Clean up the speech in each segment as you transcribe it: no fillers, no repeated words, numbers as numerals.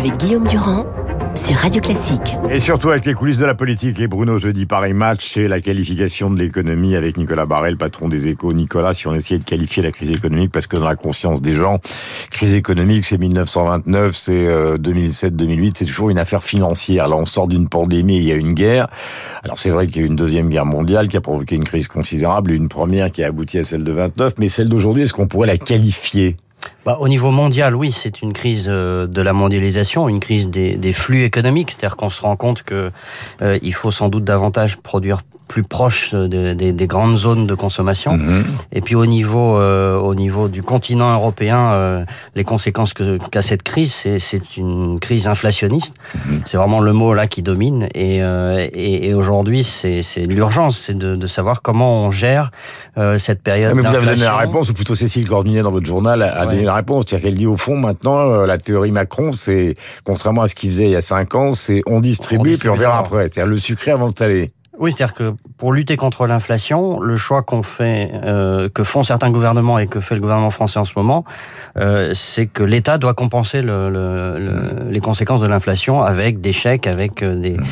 avec Guillaume Durand sur Radio Classique. Et surtout avec les coulisses de la politique et Bruno jeudi Paris Match et la qualification de l'économie avec Nicolas Barret, le patron des Échos. Nicolas, si on essayait de qualifier la crise économique, parce que dans la conscience des gens, crise économique, c'est 1929, c'est 2007-2008, c'est toujours une affaire financière. Là, on sort d'une pandémie, il y a une guerre. Alors c'est vrai qu'il y a eu une deuxième guerre mondiale qui a provoqué une crise considérable, une première qui a abouti à celle de 29, mais celle d'aujourd'hui, est-ce qu'on pourrait la qualifier ? Au niveau mondial, oui, c'est une crise de la mondialisation, une crise des flux économiques. C'est-à-dire qu'on se rend compte que il faut sans doute davantage produire plus proche des grandes zones de consommation. Et puis au niveau du continent européen, les conséquences qu'a cette crise, c'est une crise inflationniste. C'est vraiment le mot là qui domine. Et aujourd'hui, c'est l'urgence, c'est de savoir comment on gère cette période d'inflation. Mais vous avez donné la réponse, ou plutôt Cécile Cornudet dans votre journal a donné la réponse. C'est-à-dire qu'elle dit au fond maintenant, la théorie Macron, c'est, contrairement à ce qu'il faisait il y a 5 ans, c'est on distribue puis on verra après. C'est-à-dire le sucré avant le salé. Oui, c'est-à-dire que pour lutter contre l'inflation, le choix que font certains gouvernements et que fait le gouvernement français en ce moment, c'est que l'État doit compenser les conséquences de l'inflation avec des chèques, avec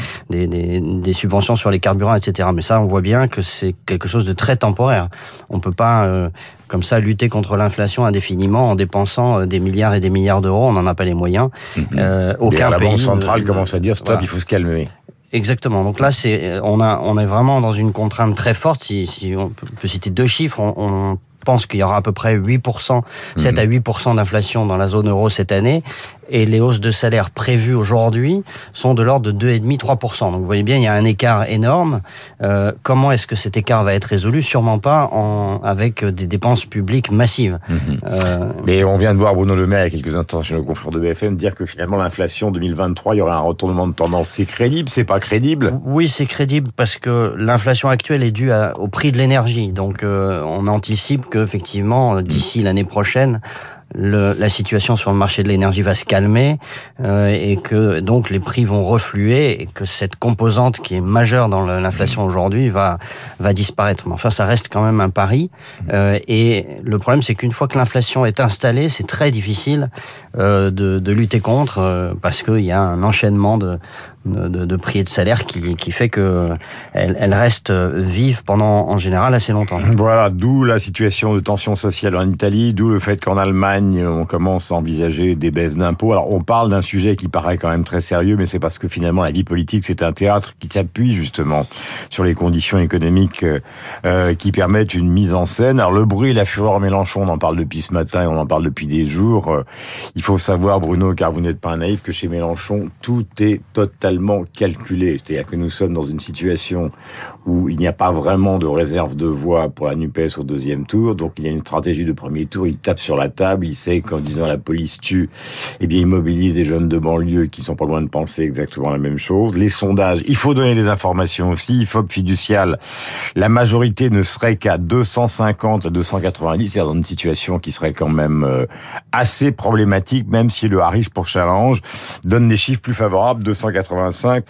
des subventions sur les carburants, etc. Mais ça, on voit bien que c'est quelque chose de très temporaire. On peut pas comme ça lutter contre l'inflation indéfiniment en dépensant des milliards et des milliards d'euros. On n'en a pas les moyens. Aucun pays. La Banque centrale commence à dire stop, voilà. Il faut se calmer. Exactement. Donc là, on est vraiment dans une contrainte très forte. Si on peut citer 2 chiffres, on pense qu'il y aura à peu près 8%, 7 à 8% d'inflation dans la zone euro cette année. Et les hausses de salaire prévues aujourd'hui sont de l'ordre de 2,5-3%. Donc vous voyez bien, il y a un écart énorme. Comment est-ce que cet écart va être résolu ? Sûrement pas avec des dépenses publiques massives. Mais on vient de voir Bruno Le Maire il y a quelques instants chez nos confrères de BFM dire que finalement l'inflation 2023, il y aurait un retournement de tendance. C'est crédible, c'est pas crédible ? Oui, c'est crédible parce que l'inflation actuelle est due au prix de l'énergie. Donc on anticipe qu'effectivement, d'ici l'année prochaine, la situation sur le marché de l'énergie va se calmer et que donc les prix vont refluer et que cette composante qui est majeure dans l'inflation aujourd'hui va disparaître. Mais enfin, ça reste quand même un pari. Et le problème, c'est qu'une fois que l'inflation est installée, c'est très difficile de lutter contre parce qu'il y a un enchaînement de prix et de salaires qui fait que elle reste vive pendant en général assez longtemps. Voilà, d'où la situation de tension sociale en Italie, d'où le fait qu'en Allemagne on commence à envisager des baisses d'impôts. Alors on parle d'un sujet qui paraît quand même très sérieux, mais c'est parce que finalement la vie politique c'est un théâtre qui s'appuie justement sur les conditions économiques qui permettent une mise en scène. Alors le bruit et la fureur Mélenchon, on en parle depuis ce matin et on en parle depuis des jours. Il faut savoir, Bruno, car vous n'êtes pas un naïf, que chez Mélenchon tout est totalement calculé. C'est-à-dire que nous sommes dans une situation où il n'y a pas vraiment de réserve de voix pour la NUPES au deuxième tour. Donc il y a une stratégie de premier tour, il tape sur la table, il sait qu'en disant la police tue, eh bien il mobilise des jeunes de banlieue qui sont pas loin de penser exactement la même chose. Les sondages, il faut donner les informations aussi. IFOP fiducial, la majorité ne serait qu'à 250 à 290, c'est-à-dire dans une situation qui serait quand même assez problématique, même si le Harris pour Challenge donne des chiffres plus favorables, 285,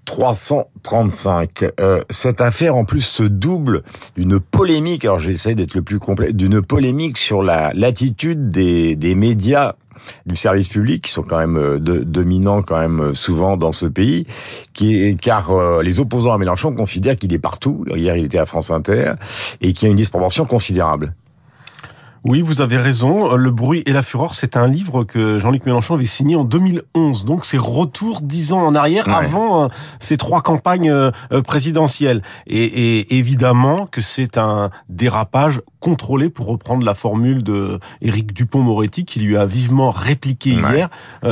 335. Cette affaire en plus se double d'une polémique, alors j'essaie d'être le plus complet, d'une polémique sur l'attitude des médias du service public, qui sont quand même dominants quand même souvent dans ce pays, car les opposants à Mélenchon considèrent qu'il est partout. Hier, il était à France Inter, et qu'il y a une disproportion considérable. Oui, vous avez raison. Le bruit et la fureur, c'est un livre que Jean-Luc Mélenchon avait signé en 2011. Donc, c'est retour 10 ans en arrière, avant ces 3 campagnes présidentielles. Et évidemment que c'est un dérapage contrôlé, pour reprendre la formule de Éric Dupond-Moretti, qui lui a vivement répliqué hier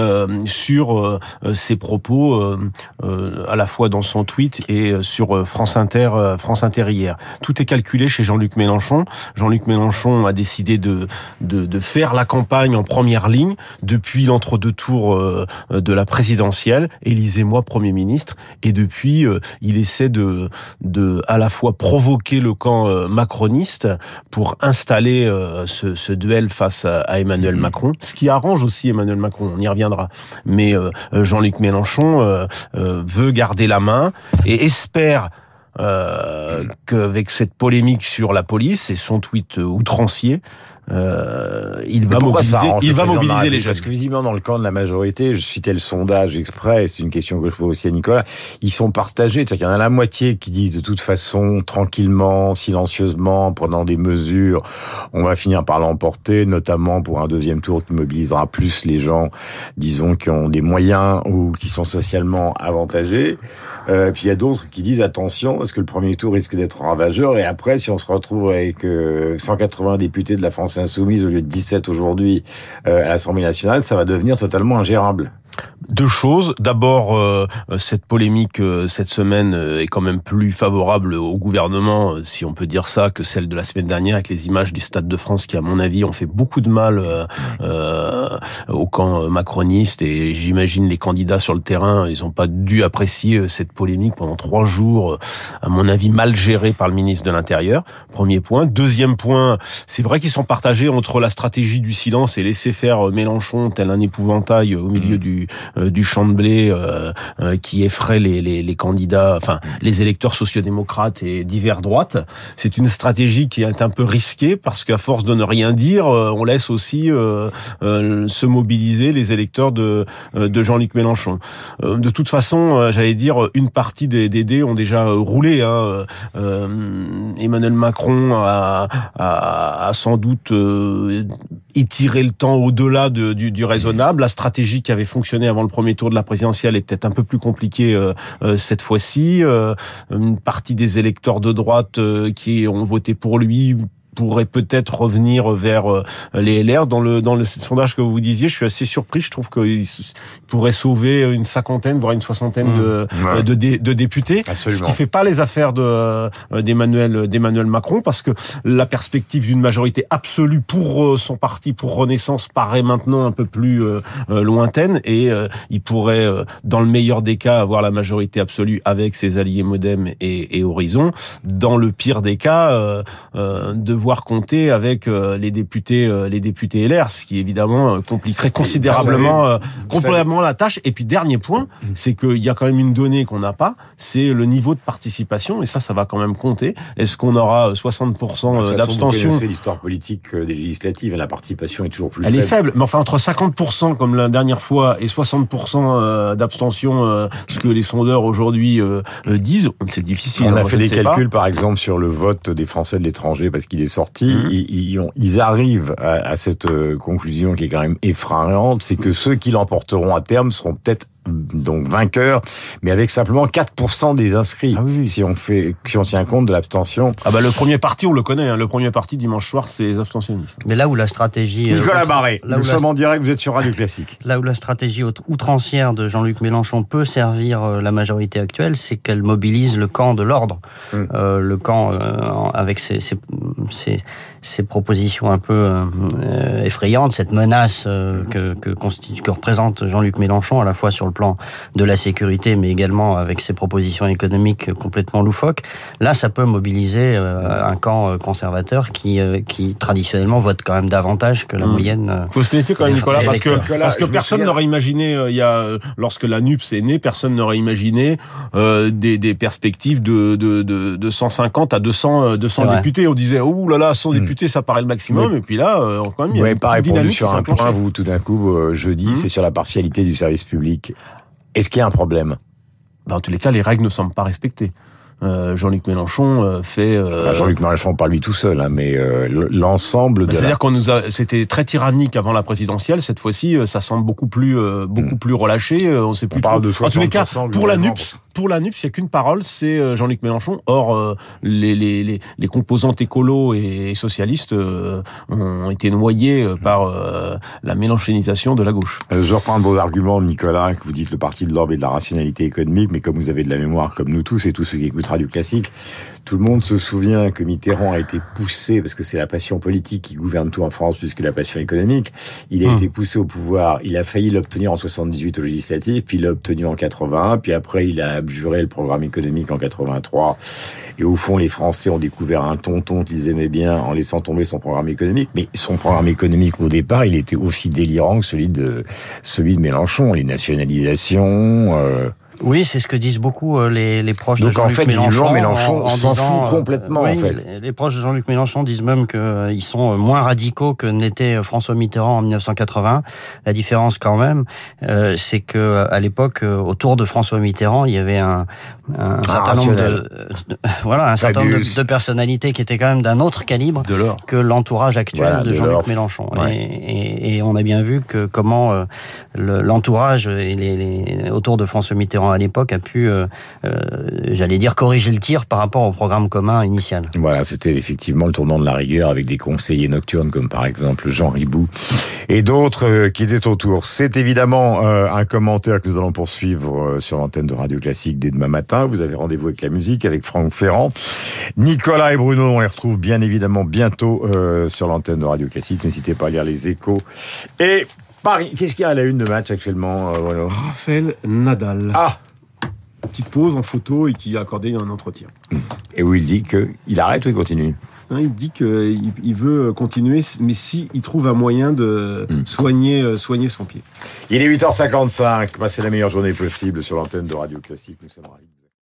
sur ses propos, à la fois dans son tweet et sur France Inter hier. Tout est calculé chez Jean-Luc Mélenchon. Jean-Luc Mélenchon a décidé de faire la campagne en première ligne depuis l'entre-deux tours de la présidentielle. Élisez-moi Premier ministre. Et depuis, il essaie de à la fois provoquer le camp macroniste pour installer ce duel face à Emmanuel Macron, ce qui arrange aussi Emmanuel Macron, on y reviendra. Mais Jean-Luc Mélenchon veut garder la main et espère qu'avec cette polémique sur la police et son tweet outrancier, il va mobiliser les jeunes. Parce que visiblement, dans le camp de la majorité, je citais le sondage exprès, c'est une question que je pose aussi à Nicolas, ils sont partagés. C'est-à-dire qu'il y en a la moitié qui disent de toute façon, tranquillement, silencieusement, prenant des mesures, on va finir par l'emporter, notamment pour un deuxième tour qui mobilisera plus les gens, disons, qui ont des moyens ou qui sont socialement avantagés. Puis il y a d'autres qui disent attention, parce que le premier tour risque d'être ravageur, et après, si on se retrouve avec 180 députés de la France Insoumise au lieu de 17 aujourd'hui à l'Assemblée nationale, ça va devenir totalement ingérable. Deux choses. D'abord, cette polémique cette semaine est quand même plus favorable au gouvernement, si on peut dire ça, que celle de la semaine dernière avec les images du Stade de France qui, à mon avis, ont fait beaucoup de mal au camp macroniste. Et j'imagine les candidats sur le terrain, ils n'ont pas dû apprécier cette polémique pendant 3 jours, à mon avis, mal gérée par le ministre de l'Intérieur. Premier point. Deuxième point, c'est vrai qu'ils sont partagés entre la stratégie du silence et laisser faire Mélenchon tel un épouvantail au milieu du champ de blé qui effraie les candidats, enfin les électeurs sociodémocrates et divers droites. C'est une stratégie qui est un peu risquée parce qu'à force de ne rien dire, on laisse aussi se mobiliser les électeurs de Jean-Luc Mélenchon. De toute façon, j'allais dire, une partie des dés ont déjà roulé. Emmanuel Macron a sans doute étiré le temps au-delà du raisonnable. La stratégie qui avait fonctionné avant le premier tour de la présidentielle est peut-être un peu plus compliquée cette fois-ci. Une partie des électeurs de droite qui ont voté pour lui pourrait peut-être revenir vers les LR. Dans le sondage que vous disiez, je suis assez surpris. Je trouve qu'il pourrait sauver une 50aine, voire une 60aine de députés. Absolument. Ce qui fait pas les affaires d'Emmanuel Macron, parce que la perspective d'une majorité absolue pour son parti, pour Renaissance, paraît maintenant un peu plus lointaine, et il pourrait, dans le meilleur des cas, avoir la majorité absolue avec ses alliés Modem et Horizon. Dans le pire des cas, devoir compter avec les députés LR, ce qui évidemment compliquerait considérablement la tâche. Et puis dernier point, c'est qu'il y a quand même une donnée qu'on n'a pas, c'est le niveau de participation, et ça va quand même compter. Est-ce qu'on aura 60% d'abstention? Vous connaissez l'histoire politique des législatives, la participation est toujours plus faible. Elle est faible, mais enfin entre 50% comme la dernière fois et 60% d'abstention, ce que les sondeurs aujourd'hui disent, c'est difficile. On a fait des calculs par exemple sur le vote des Français de l'étranger parce qu'il est sorti, ils arrivent à cette conclusion qui est quand même effrayante, c'est que ceux qui l'emporteront à terme seront peut-être donc vainqueurs, mais avec simplement 4% des inscrits. Si on tient compte de l'abstention. Le premier parti, on le connaît, le premier parti dimanche soir, c'est les abstentionnistes. Mais là où la stratégie... Nicolas Barré, nous sommes en direct, vous êtes sur Radio Classique. Là où la stratégie outrancière de Jean-Luc Mélenchon peut servir la majorité actuelle, c'est qu'elle mobilise le camp de l'ordre. Le camp avec ses propositions un peu effrayantes, cette menace que représente Jean-Luc Mélenchon, à la fois sur le plan de la sécurité, mais également avec ses propositions économiques complètement loufoques. Là, ça peut mobiliser un camp conservateur qui traditionnellement vote quand même davantage que la moyenne. Faut se méfier quand même, Nicolas, parce que personne n'aurait imaginé, lorsque la NUPS est née, personne n'aurait imaginé des perspectives de 150 à 200 députés. On disait, ouh là là, 100 députés, ça paraît le maximum, et puis là, quand même, il y a une petite dynamique sur un point, vous, tout d'un coup, jeudi, c'est sur la partialité du service public. Est-ce qu'il y a un problème? En tous les cas, les règles ne semblent pas respectées. Jean-Luc Mélenchon fait... Jean-Luc Mélenchon, pas lui tout seul, mais l'ensemble de... C'est-à-dire c'était très tyrannique avant la présidentielle. Cette fois-ci, ça semble beaucoup plus relâché. On sait plus. On parle de 60%. En tous les cas, pour la NUPS, il n'y a qu'une parole, c'est Jean-Luc Mélenchon. Or, les composantes écolos et socialistes ont été noyées par la mélenchonisation de la gauche. Je reprends vos arguments, Nicolas, que vous dites le parti de l'ordre et de la rationalité économique, mais comme vous avez de la mémoire, comme nous tous et tous ceux qui écoutent Radio Classique, tout le monde se souvient que Mitterrand a été poussé, parce que c'est la passion politique qui gouverne tout en France plus que la passion économique, il a été poussé au pouvoir, il a failli l'obtenir en 78 aux législatives, puis il l'a obtenu en 81, puis après il a abjuré le programme économique en 83, et au fond les Français ont découvert un tonton qu'ils aimaient bien en laissant tomber son programme économique, mais son programme économique au départ, il était aussi délirant que celui de Mélenchon, les nationalisations... Oui, c'est ce que disent beaucoup les proches de Donc Jean-Luc Mélenchon. Donc en fait, Mélenchon s'en fout complètement, oui, en fait. Les proches de Jean-Luc Mélenchon disent même qu'ils sont moins radicaux que n'était François Mitterrand en 1980. La différence quand même, c'est que à l'époque, autour de François Mitterrand, il y avait un certain nombre de personnalités qui étaient quand même d'un autre calibre que l'entourage actuel de Jean-Luc Mélenchon. Ouais. Et on a bien vu que comment l'entourage et autour de François Mitterrand à l'époque a pu, j'allais dire, corriger le tir par rapport au programme commun initial. Voilà, c'était effectivement le tournant de la rigueur avec des conseillers nocturnes comme par exemple Jean Ribou et d'autres qui étaient autour. C'est évidemment un commentaire que nous allons poursuivre sur l'antenne de Radio Classique dès demain matin. Vous avez rendez-vous avec la musique, avec Franck Ferrand. Nicolas et Bruno, on les retrouve bien évidemment bientôt sur l'antenne de Radio Classique. N'hésitez pas à lire les échos. Et Paris, qu'est-ce qu'il y a à la une de match actuellement, Bruno ? Raphaël Nadal. Qui pose en photo et qui a accordé un entretien. Et où il dit qu'il arrête ou il continue ? Il dit qu'il veut continuer, mais s'il trouve un moyen de soigner son pied. Il est 8h55, passez la meilleure journée possible sur l'antenne de Radio Classique. Nous sommes ravis.